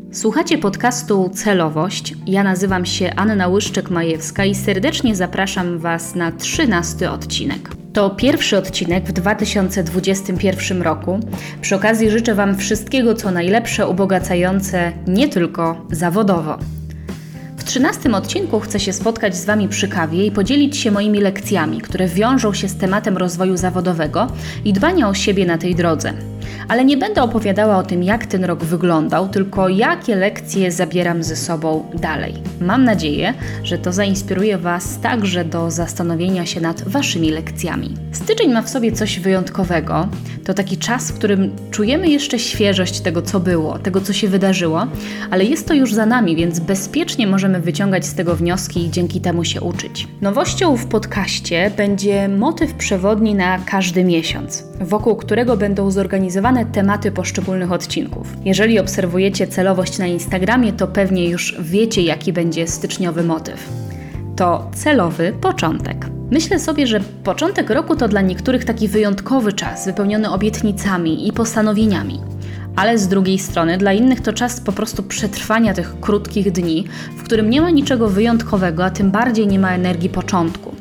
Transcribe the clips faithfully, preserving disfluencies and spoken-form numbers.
Słuchacie podcastu Celowość. Ja nazywam się Anna Łyszczyk-Majewska i serdecznie zapraszam Was na trzynasty odcinek. To pierwszy odcinek w dwa tysiące dwudziestym pierwszym roku. Przy okazji życzę Wam wszystkiego, co najlepsze, ubogacające, nie tylko zawodowo. W trzynastym odcinku chcę się spotkać z Wami przy kawie i podzielić się moimi lekcjami, które wiążą się z tematem rozwoju zawodowego i dbania o siebie na tej drodze. Ale nie będę opowiadała o tym, jak ten rok wyglądał, tylko jakie lekcje zabieram ze sobą dalej. Mam nadzieję, że to zainspiruje Was także do zastanowienia się nad Waszymi lekcjami. Styczeń ma w sobie coś wyjątkowego. To taki czas, w którym czujemy jeszcze świeżość tego, co było, tego, co się wydarzyło, ale jest to już za nami, więc bezpiecznie możemy wyciągać z tego wnioski i dzięki temu się uczyć. Nowością w podcaście będzie motyw przewodni na każdy miesiąc, wokół którego będą zorganizowane tematy poszczególnych odcinków. Jeżeli obserwujecie celowość na Instagramie, to pewnie już wiecie, jaki będzie styczniowy motyw. To celowy początek. Myślę sobie, że początek roku to dla niektórych taki wyjątkowy czas, wypełniony obietnicami i postanowieniami. Ale z drugiej strony dla innych to czas po prostu przetrwania tych krótkich dni, w którym nie ma niczego wyjątkowego, a tym bardziej nie ma energii początku.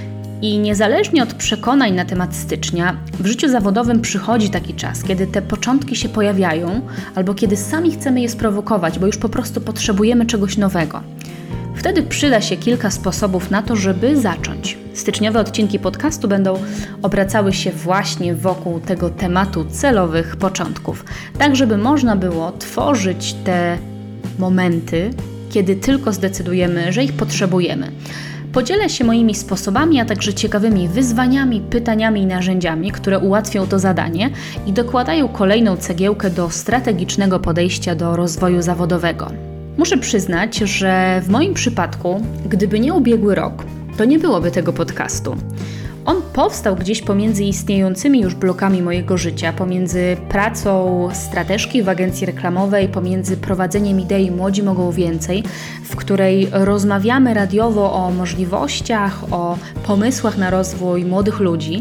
I niezależnie od przekonań na temat stycznia, w życiu zawodowym przychodzi taki czas, kiedy te początki się pojawiają, albo kiedy sami chcemy je sprowokować, bo już po prostu potrzebujemy czegoś nowego. Wtedy przyda się kilka sposobów na to, żeby zacząć. Styczniowe odcinki podcastu będą obracały się właśnie wokół tego tematu celowych początków, tak żeby można było tworzyć te momenty, kiedy tylko zdecydujemy, że ich potrzebujemy. Podzielę się moimi sposobami, a także ciekawymi wyzwaniami, pytaniami i narzędziami, które ułatwią to zadanie i dokładają kolejną cegiełkę do strategicznego podejścia do rozwoju zawodowego. Muszę przyznać, że w moim przypadku, gdyby nie ubiegły rok, to nie byłoby tego podcastu. On powstał gdzieś pomiędzy istniejącymi już blokami mojego życia, pomiędzy pracą strateżki w agencji reklamowej, pomiędzy prowadzeniem idei Młodzi Mogą Więcej, w której rozmawiamy radiowo o możliwościach, o pomysłach na rozwój młodych ludzi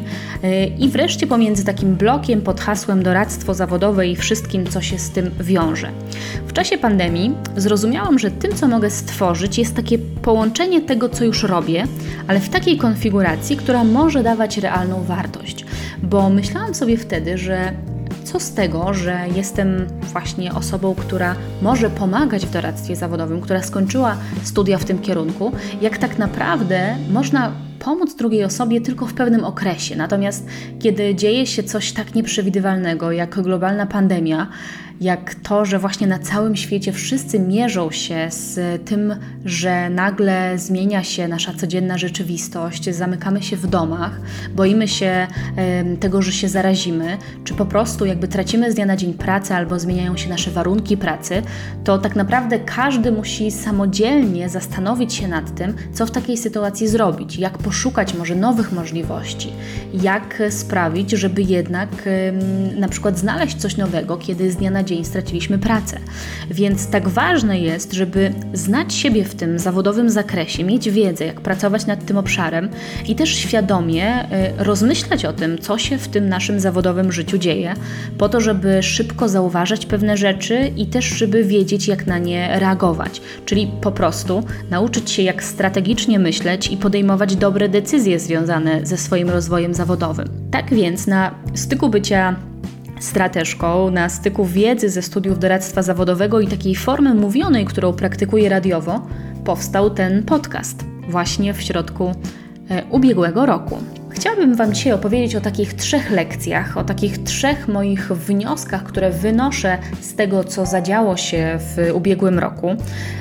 i wreszcie pomiędzy takim blokiem pod hasłem doradztwo zawodowe i wszystkim, co się z tym wiąże. W czasie pandemii zrozumiałam, że tym, co mogę stworzyć, jest takie połączenie tego, co już robię, ale w takiej konfiguracji, która może może dawać realną wartość, bo myślałam sobie wtedy, że co z tego, że jestem właśnie osobą, która może pomagać w doradztwie zawodowym, która skończyła studia w tym kierunku, jak tak naprawdę można pomóc drugiej osobie tylko w pewnym okresie. Natomiast kiedy dzieje się coś tak nieprzewidywalnego, jak globalna pandemia, jak to, że właśnie na całym świecie wszyscy mierzą się z tym, że nagle zmienia się nasza codzienna rzeczywistość, zamykamy się w domach, boimy się y, tego, że się zarazimy, czy po prostu jakby tracimy z dnia na dzień pracę albo zmieniają się nasze warunki pracy, to tak naprawdę każdy musi samodzielnie zastanowić się nad tym, co w takiej sytuacji zrobić, jak poszukać może nowych możliwości, jak sprawić, żeby jednak y, na przykład znaleźć coś nowego, kiedy z dnia na dzień straciliśmy pracę. Więc tak ważne jest, żeby znać siebie w tym zawodowym zakresie, mieć wiedzę, jak pracować nad tym obszarem i też świadomie y, rozmyślać o tym, co się w tym naszym zawodowym życiu dzieje, po to, żeby szybko zauważać pewne rzeczy i też, żeby wiedzieć, jak na nie reagować. Czyli po prostu nauczyć się, jak strategicznie myśleć i podejmować dobre decyzje związane ze swoim rozwojem zawodowym. Tak więc na styku bycia strateżką, na styku wiedzy ze studiów doradztwa zawodowego i takiej formy mówionej, którą praktykuję radiowo, powstał ten podcast właśnie w środku e, ubiegłego roku. Chciałabym Wam dzisiaj opowiedzieć o takich trzech lekcjach, o takich trzech moich wnioskach, które wynoszę z tego, co zadziało się w ubiegłym roku.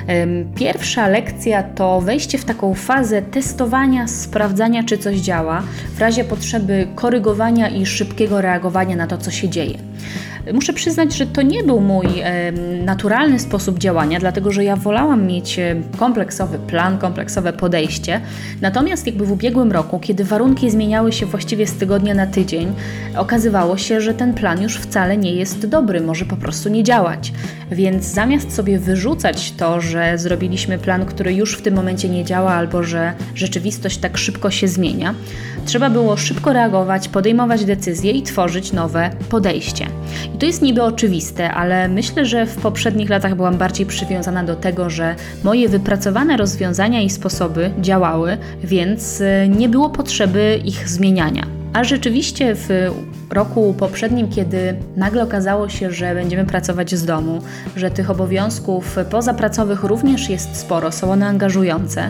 Pierwsza lekcja to wejście w taką fazę testowania, sprawdzania, czy coś działa, w razie potrzeby korygowania i szybkiego reagowania na to, co się dzieje. Muszę przyznać, że to nie był mój e, naturalny sposób działania, dlatego że ja wolałam mieć kompleksowy plan, kompleksowe podejście. Natomiast jakby w ubiegłym roku, kiedy warunki zmieniały się właściwie z tygodnia na tydzień, okazywało się, że ten plan już wcale nie jest dobry, może po prostu nie działać. Więc zamiast sobie wyrzucać to, że zrobiliśmy plan, który już w tym momencie nie działa, albo że rzeczywistość tak szybko się zmienia, Trzeba było szybko reagować, podejmować decyzje i tworzyć nowe podejście. I to jest niby oczywiste, ale myślę, że w poprzednich latach byłam bardziej przywiązana do tego, że moje wypracowane rozwiązania i sposoby działały, więc nie było potrzeby ich zmieniania. A rzeczywiście w roku poprzednim, kiedy nagle okazało się, że będziemy pracować z domu, że tych obowiązków pozapracowych również jest sporo, są one angażujące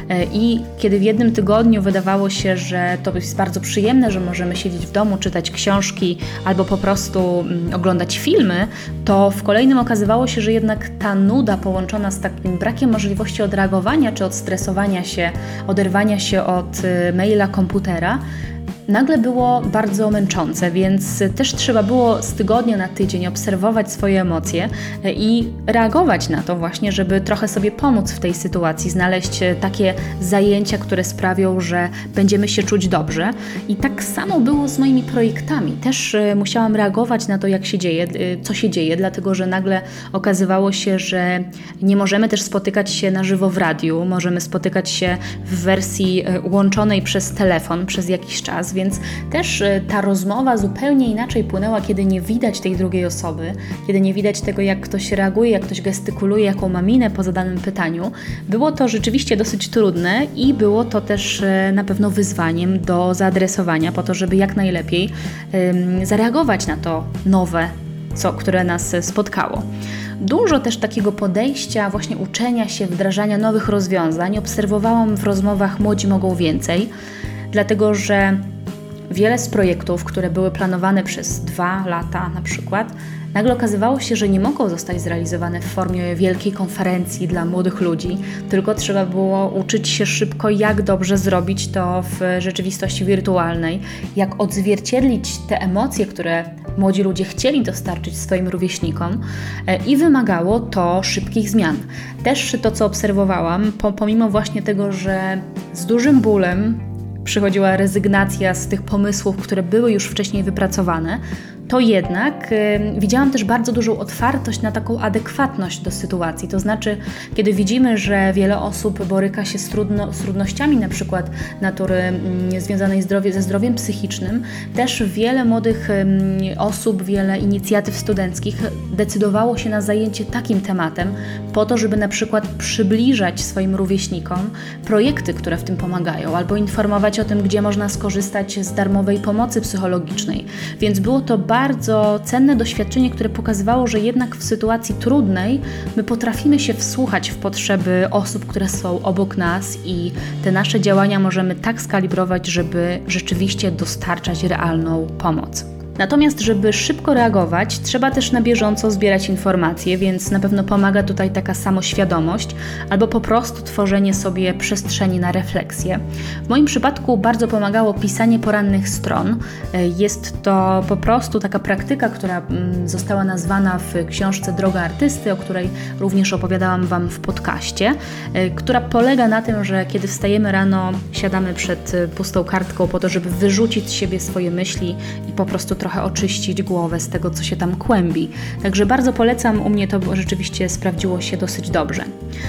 i kiedy w jednym tygodniu wydawało się, że to jest bardzo przyjemne, że możemy siedzieć w domu, czytać książki albo po prostu oglądać filmy, to w kolejnym okazywało się, że jednak ta nuda połączona z takim brakiem możliwości odreagowania czy odstresowania się, oderwania się od maila, komputera, nagle było bardzo męczące, więc też trzeba było z tygodnia na tydzień obserwować swoje emocje i reagować na to właśnie, żeby trochę sobie pomóc w tej sytuacji, znaleźć takie zajęcia, które sprawią, że będziemy się czuć dobrze. I tak samo było z moimi projektami. Też musiałam reagować na to, jak się dzieje, co się dzieje, dlatego że nagle okazywało się, że nie możemy też spotykać się na żywo w radiu, możemy spotykać się w wersji łączonej przez telefon przez jakiś czas, więc też ta rozmowa zupełnie inaczej płynęła, kiedy nie widać tej drugiej osoby, kiedy nie widać tego, jak ktoś reaguje, jak ktoś gestykuluje, jaką ma minę po zadanym pytaniu. Było to rzeczywiście dosyć trudne i było to też na pewno wyzwaniem do zaadresowania po to, żeby jak najlepiej um, zareagować na to nowe, co, które nas spotkało. Dużo też takiego podejścia, właśnie uczenia się, wdrażania nowych rozwiązań obserwowałam w rozmowach Młodzi mogą więcej, dlatego że wiele z projektów, które były planowane przez dwa lata na przykład, nagle okazywało się, że nie mogą zostać zrealizowane w formie wielkiej konferencji dla młodych ludzi, tylko trzeba było uczyć się szybko, jak dobrze zrobić to w rzeczywistości wirtualnej, jak odzwierciedlić te emocje, które młodzi ludzie chcieli dostarczyć swoim rówieśnikom i wymagało to szybkich zmian. Też to, co obserwowałam, pomimo właśnie tego, że z dużym bólem przychodziła rezygnacja z tych pomysłów, które były już wcześniej wypracowane, to jednak y, widziałam też bardzo dużą otwartość na taką adekwatność do sytuacji. To znaczy, kiedy widzimy, że wiele osób boryka się z, trudno, z trudnościami na przykład natury y, związanej zdrowie, ze zdrowiem psychicznym, też wiele młodych y, osób, wiele inicjatyw studenckich decydowało się na zajęcie takim tematem po to, żeby na przykład przybliżać swoim rówieśnikom projekty, które w tym pomagają, albo informować o tym, gdzie można skorzystać z darmowej pomocy psychologicznej. Więc było to bardzo cenne doświadczenie, które pokazywało, że jednak w sytuacji trudnej my potrafimy się wsłuchać w potrzeby osób, które są obok nas i te nasze działania możemy tak skalibrować, żeby rzeczywiście dostarczać realną pomoc. Natomiast, żeby szybko reagować, trzeba też na bieżąco zbierać informacje, więc na pewno pomaga tutaj taka samoświadomość albo po prostu tworzenie sobie przestrzeni na refleksję. W moim przypadku bardzo pomagało pisanie porannych stron. Jest to po prostu taka praktyka, która została nazwana w książce Droga Artysty, o której również opowiadałam Wam w podcaście, która polega na tym, że kiedy wstajemy rano, siadamy przed pustą kartką po to, żeby wyrzucić z siebie swoje myśli i po prostu trochę oczyścić głowę z tego, co się tam kłębi. Także bardzo polecam, u mnie to rzeczywiście sprawdziło się dosyć dobrze.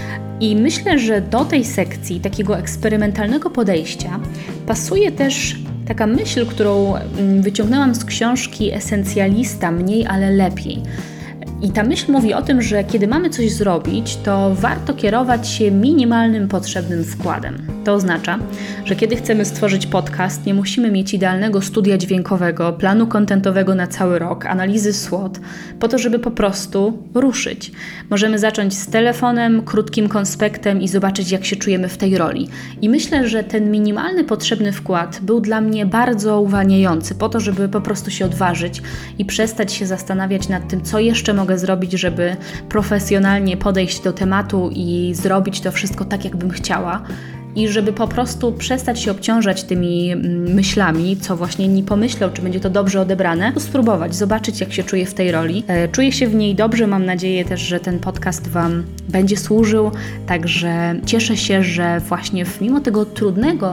I myślę, że do tej sekcji takiego eksperymentalnego podejścia pasuje też taka myśl, którą wyciągnęłam z książki Esencjalista, mniej, ale lepiej. I ta myśl mówi o tym, że kiedy mamy coś zrobić, to warto kierować się minimalnym potrzebnym wkładem. To oznacza, że kiedy chcemy stworzyć podcast, nie musimy mieć idealnego studia dźwiękowego, planu kontentowego na cały rok, analizy S W O T, po to, żeby po prostu ruszyć. Możemy zacząć z telefonem, krótkim konspektem i zobaczyć, jak się czujemy w tej roli. I myślę, że ten minimalny potrzebny wkład był dla mnie bardzo uwalniający, po to, żeby po prostu się odważyć i przestać się zastanawiać nad tym, co jeszcze mogę zrobić, żeby profesjonalnie podejść do tematu i zrobić to wszystko tak, jakbym chciała. I żeby po prostu przestać się obciążać tymi myślami, co właśnie inni pomyślą, czy będzie to dobrze odebrane, to spróbować, zobaczyć, jak się czuję w tej roli. Czuję się w niej dobrze, mam nadzieję też, że ten podcast Wam będzie służył, także cieszę się, że właśnie mimo tego trudnego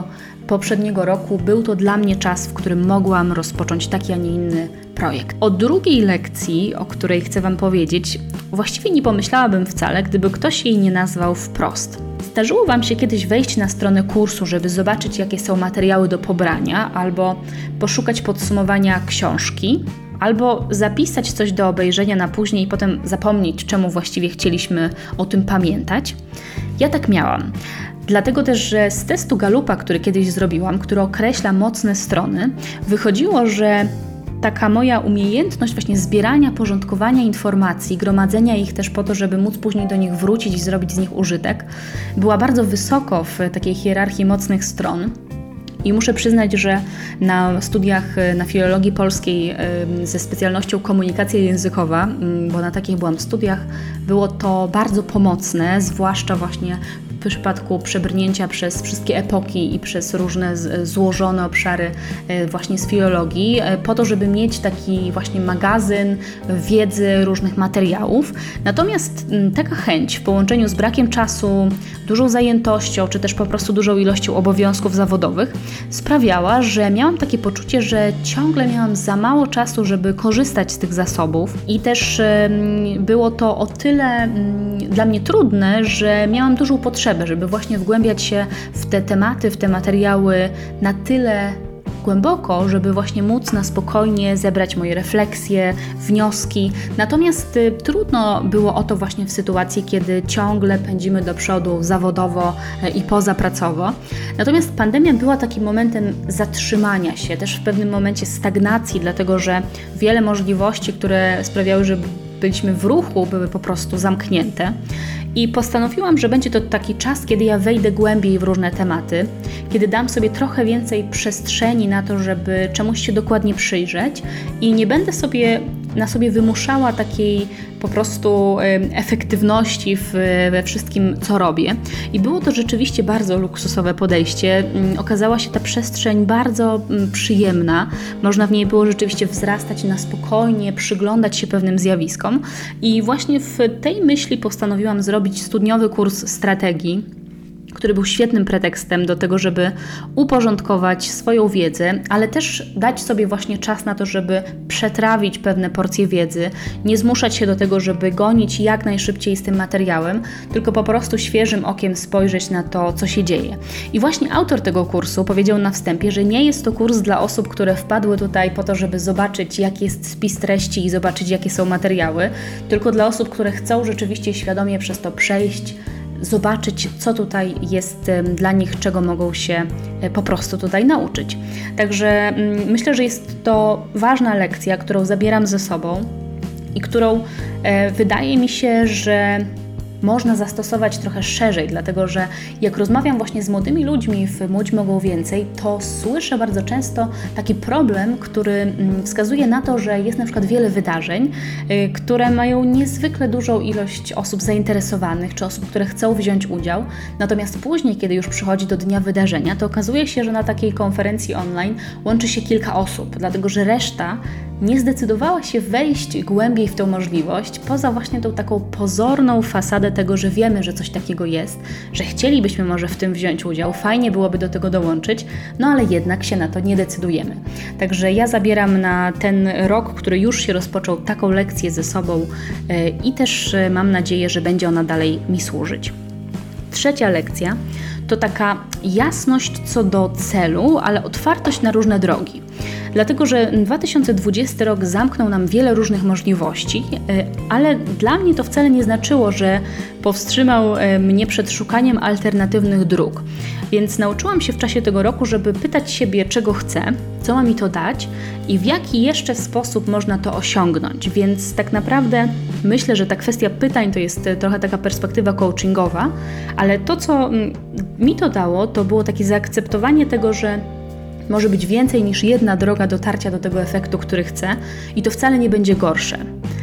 poprzedniego roku był to dla mnie czas, w którym mogłam rozpocząć taki, a nie inny projekt. O drugiej lekcji, o której chcę Wam powiedzieć, właściwie nie pomyślałabym wcale, gdyby ktoś jej nie nazwał wprost. Zdarzyło Wam się kiedyś wejść na stronę kursu, żeby zobaczyć, jakie są materiały do pobrania, albo poszukać podsumowania książki, albo zapisać coś do obejrzenia na później i potem zapomnieć, czemu właściwie chcieliśmy o tym pamiętać? Ja tak miałam. Dlatego też, że z testu Gallupa, który kiedyś zrobiłam, który określa mocne strony, wychodziło, że taka moja umiejętność właśnie zbierania, porządkowania informacji, gromadzenia ich też po to, żeby móc później do nich wrócić i zrobić z nich użytek, była bardzo wysoko w takiej hierarchii mocnych stron. I muszę przyznać, że na studiach na filologii polskiej ze specjalnością komunikacja językowa, bo na takich byłam studiach, było to bardzo pomocne, zwłaszcza właśnie w przypadku przebrnięcia przez wszystkie epoki i przez różne złożone obszary właśnie z filologii, po to, żeby mieć taki właśnie magazyn wiedzy, różnych materiałów. Natomiast taka chęć w połączeniu z brakiem czasu, dużą zajętością, czy też po prostu dużą ilością obowiązków zawodowych sprawiała, że miałam takie poczucie, że ciągle miałam za mało czasu, żeby korzystać z tych zasobów i też było to o tyle dla mnie trudne, że miałam dużą potrzebę, żeby właśnie wgłębiać się w te tematy, w te materiały na tyle głęboko, żeby właśnie móc na spokojnie zebrać moje refleksje, wnioski. Natomiast y, trudno było o to właśnie w sytuacji, kiedy ciągle pędzimy do przodu zawodowo y, i pozapracowo. Natomiast pandemia była takim momentem zatrzymania się, też w pewnym momencie stagnacji, dlatego że wiele możliwości, które sprawiały, że byliśmy w ruchu, były po prostu zamknięte. I postanowiłam, że będzie to taki czas, kiedy ja wejdę głębiej w różne tematy, kiedy dam sobie trochę więcej przestrzeni na to, żeby czemuś się dokładnie przyjrzeć i nie będę sobie na sobie wymuszała takiej po prostu efektywności w, we wszystkim, co robię. I było to rzeczywiście bardzo luksusowe podejście. Okazała się ta przestrzeń bardzo przyjemna. Można w niej było rzeczywiście wzrastać na spokojnie, przyglądać się pewnym zjawiskom. I właśnie w tej myśli postanowiłam zrobić studniowy kurs strategii, który był świetnym pretekstem do tego, żeby uporządkować swoją wiedzę, ale też dać sobie właśnie czas na to, żeby przetrawić pewne porcje wiedzy, nie zmuszać się do tego, żeby gonić jak najszybciej z tym materiałem, tylko po prostu świeżym okiem spojrzeć na to, co się dzieje. I właśnie autor tego kursu powiedział na wstępie, że nie jest to kurs dla osób, które wpadły tutaj po to, żeby zobaczyć, jaki jest spis treści i zobaczyć, jakie są materiały, tylko dla osób, które chcą rzeczywiście świadomie przez to przejść, zobaczyć, co tutaj jest dla nich, czego mogą się po prostu tutaj nauczyć. Także myślę, że jest to ważna lekcja, którą zabieram ze sobą i którą wydaje mi się, że można zastosować trochę szerzej, dlatego że jak rozmawiam właśnie z młodymi ludźmi w Młodzi Mogą Więcej, to słyszę bardzo często taki problem, który wskazuje na to, że jest na przykład wiele wydarzeń, które mają niezwykle dużą ilość osób zainteresowanych, czy osób, które chcą wziąć udział, natomiast później, kiedy już przychodzi do dnia wydarzenia, to okazuje się, że na takiej konferencji online łączy się kilka osób, dlatego że reszta nie zdecydowała się wejść głębiej w tą możliwość, poza właśnie tą taką pozorną fasadę tego, że wiemy, że coś takiego jest, że chcielibyśmy może w tym wziąć udział, fajnie byłoby do tego dołączyć, no ale jednak się na to nie decydujemy. Także ja zabieram na ten rok, który już się rozpoczął, taką lekcję ze sobą yy, i też yy, mam nadzieję, że będzie ona dalej mi służyć. Trzecia lekcja to taka jasność co do celu, ale otwartość na różne drogi. Dlatego, że dwa tysiące dwudziesty rok zamknął nam wiele różnych możliwości, ale dla mnie to wcale nie znaczyło, że powstrzymał mnie przed szukaniem alternatywnych dróg. Więc nauczyłam się w czasie tego roku, żeby pytać siebie, czego chcę, co ma mi to dać i w jaki jeszcze sposób można to osiągnąć. Więc tak naprawdę myślę, że ta kwestia pytań to jest trochę taka perspektywa coachingowa, ale to, co mi to dało, to było takie zaakceptowanie tego, że może być więcej niż jedna droga dotarcia do tego efektu, który chcę i to wcale nie będzie gorsze.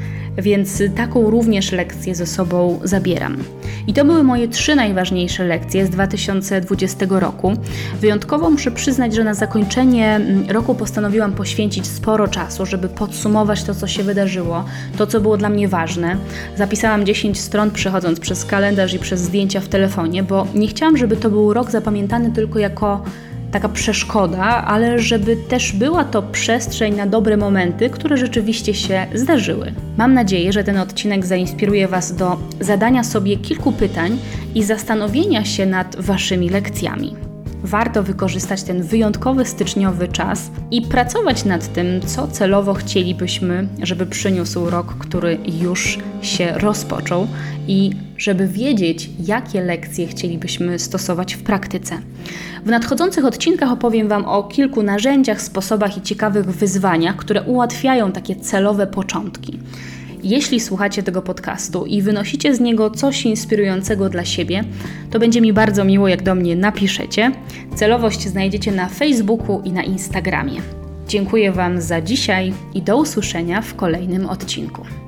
Więc taką również lekcję ze sobą zabieram. I to były moje trzy najważniejsze lekcje z dwa tysiące dwudziestego roku. Wyjątkowo muszę przyznać, że na zakończenie roku postanowiłam poświęcić sporo czasu, żeby podsumować to, co się wydarzyło, to, co było dla mnie ważne. Zapisałam dziesięć stron, przechodząc przez kalendarz i przez zdjęcia w telefonie, bo nie chciałam, żeby to był rok zapamiętany tylko jako taka przeszkoda, ale żeby też była to przestrzeń na dobre momenty, które rzeczywiście się zdarzyły. Mam nadzieję, że ten odcinek zainspiruje Was do zadania sobie kilku pytań i zastanowienia się nad Waszymi lekcjami. Warto wykorzystać ten wyjątkowy styczniowy czas i pracować nad tym, co celowo chcielibyśmy, żeby przyniósł rok, który już się rozpoczął i żeby wiedzieć, jakie lekcje chcielibyśmy stosować w praktyce. W nadchodzących odcinkach opowiem Wam o kilku narzędziach, sposobach i ciekawych wyzwaniach, które ułatwiają takie celowe początki. Jeśli słuchacie tego podcastu i wynosicie z niego coś inspirującego dla siebie, to będzie mi bardzo miło, jak do mnie napiszecie. Celowość znajdziecie na Facebooku i na Instagramie. Dziękuję Wam za dzisiaj i do usłyszenia w kolejnym odcinku.